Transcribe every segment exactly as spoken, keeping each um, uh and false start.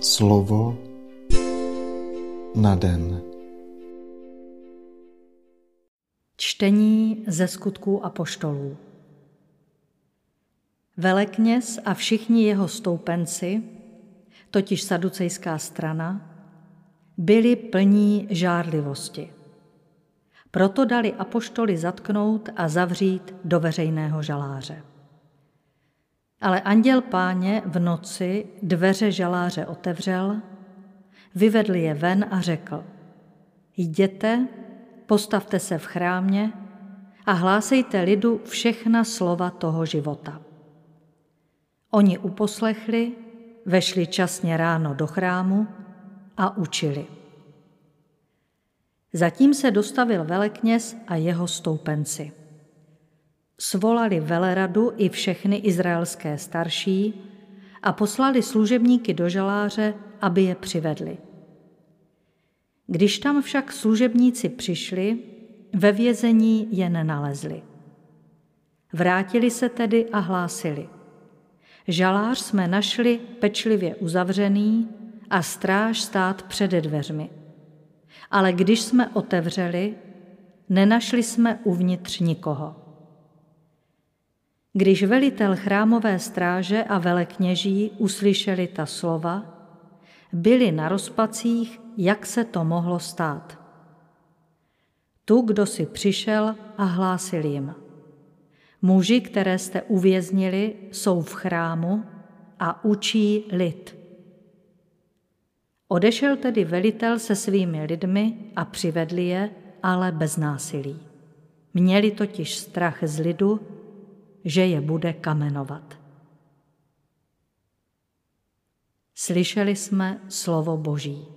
Slovo na den. Čtení ze Skutků apoštolů. Velekněz a všichni jeho stoupenci, totiž saducejská strana, byli plní žárlivosti. Proto dali apoštoly zatknout a zavřít do veřejného žaláře. Ale anděl Páně v noci dveře žaláře otevřel, vyvedl je ven a řekl: Jděte, postavte se v chrámě a hlásejte lidu všechna slova toho života. Oni uposlechli, vešli časně ráno do chrámu a učili. Zatím se dostavil velekněz a jeho stoupenci. Svolali veleradu i všechny izraelské starší a poslali služebníky do žaláře, aby je přivedli. Když tam však služebníci přišli, ve vězení je nenalezli. Vrátili se tedy a hlásili: Žalář jsme našli pečlivě uzavřený a stráž stát přede dveřmi. Ale když jsme otevřeli, nenašli jsme uvnitř nikoho. Když velitel chrámové stráže a velekněží uslyšeli ta slova, byli na rozpacích, jak se to mohlo stát. Tu, kdo si přišel a hlásil jim: Muži, které jste uvěznili, jsou v chrámu a učí lid. Odešel tedy velitel se svými lidmi a přivedli je, ale bez násilí. Měli totiž strach z lidu, že je bude kamenovat. Slyšeli jsme slovo Boží.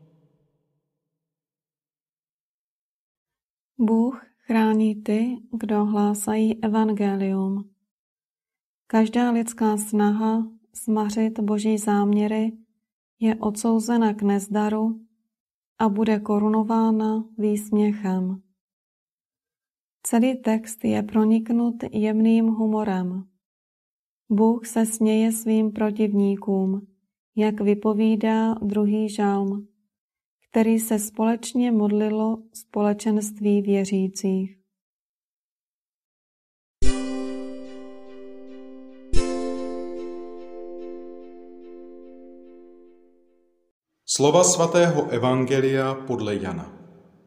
Bůh chrání ty, kdo hlásají evangelium. Každá lidská snaha zmařit Boží záměry je odsouzena k nezdaru a bude korunována výsměchem. Celý text je proniknut jemným humorem. Bůh se směje svým protivníkům, jak vypovídá druhý žalm, který se společně modlilo společenství věřících. Slova svatého evangelia podle Jana.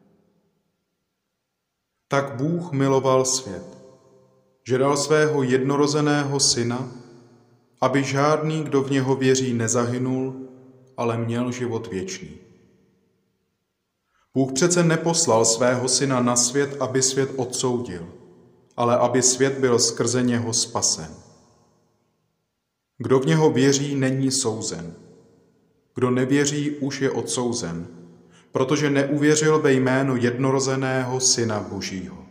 Tak Bůh miloval svět, že dal svého jednorozeného syna, aby žádný, kdo v něho věří, nezahynul, ale měl život věčný. Bůh přece neposlal svého syna na svět, aby svět odsoudil, ale aby svět byl skrze něho spasen. Kdo v něho věří, není souzen. Kdo nevěří, už je odsouzen, protože neuvěřil ve jméno jednorozeného Syna Božího.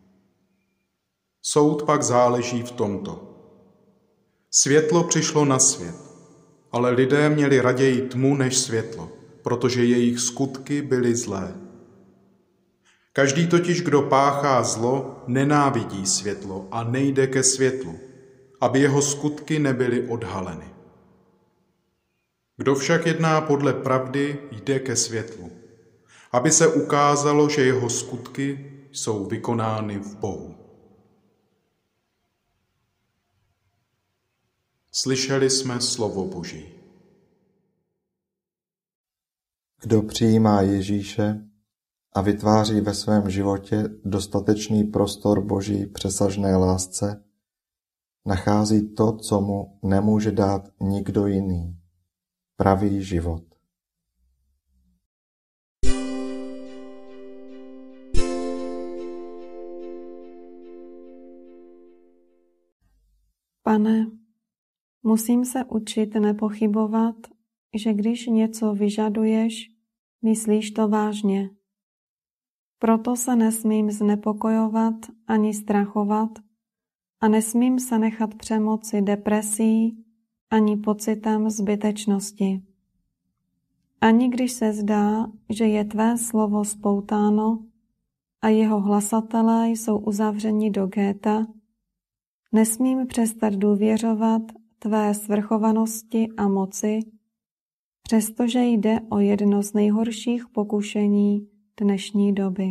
Soud pak záleží v tomto. Světlo přišlo na svět, ale lidé měli raději tmu než světlo, protože jejich skutky byly zlé. Každý totiž, kdo páchá zlo, nenávidí světlo a nejde ke světlu, aby jeho skutky nebyly odhaleny. Kdo však jedná podle pravdy, jde ke světlu, aby se ukázalo, že jeho skutky jsou vykonány v Bohu. Slyšeli jsme slovo Boží. Kdo přijímá Ježíše a vytváří ve svém životě dostatečný prostor Boží přesažné lásce, nachází to, co mu nemůže dát nikdo jiný. Pravý život. Pane, musím se učit nepochybovat, že když něco vyžaduješ, myslíš to vážně. Proto se nesmím znepokojovat ani strachovat a nesmím se nechat přemoci depresí ani pocitem zbytečnosti. Ani když se zdá, že je tvé slovo spoutáno a jeho hlasatelé jsou uzavřeni do géta, nesmím přestat důvěřovat tvé svrchovanosti a moci, přestože jde o jedno z nejhorších pokušení dnešní doby.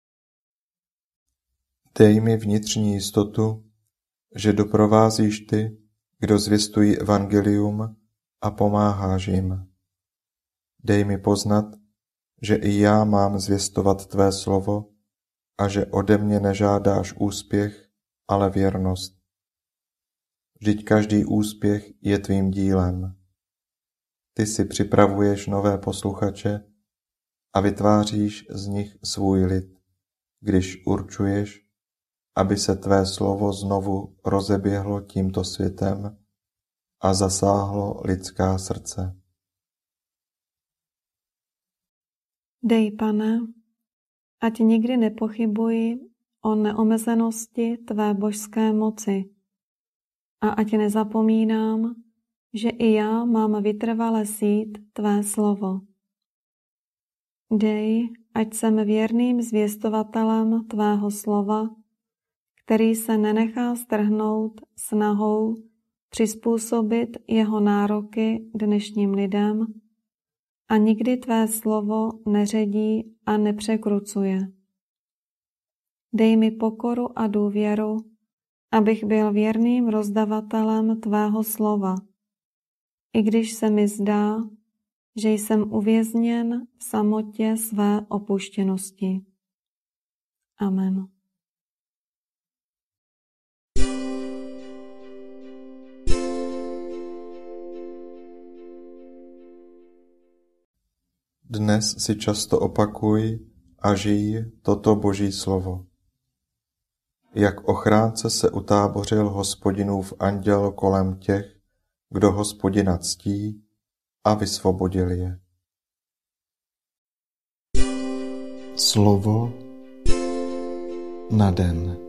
Dej mi vnitřní jistotu, že doprovázíš ty, kdo zvěstují evangelium a pomáháš jim. Dej mi poznat, že i já mám zvěstovat tvé slovo a že ode mě nežádáš úspěch, ale věrnost. Vždyť každý úspěch je tvým dílem. Ty si připravuješ nové posluchače a vytváříš z nich svůj lid, když určuješ, aby se tvé slovo znovu rozeběhlo tímto světem a zasáhlo lidská srdce. Dej, Pane, ať nikdy nepochybuji o neomezenosti tvé božské moci a ať nezapomínám, že i já mám vytrvale sít tvé slovo. Dej, ať jsem věrným zvěstovatelem tvého slova, který se nenechá strhnout snahou přizpůsobit jeho nároky dnešním lidem a nikdy tvé slovo neředí a nepřekrucuje. Dej mi pokoru a důvěru, abych byl věrným rozdavatelem tvého slova, i když se mi zdá, že jsem uvězněn v samotě své opuštěnosti. Amen. Dnes si často opakuj a žij toto Boží slovo. Jak ochránce se utábořil Hospodinův anděl kolem těch, kdo Hospodina ctí, a vysvobodil je. Slovo na den.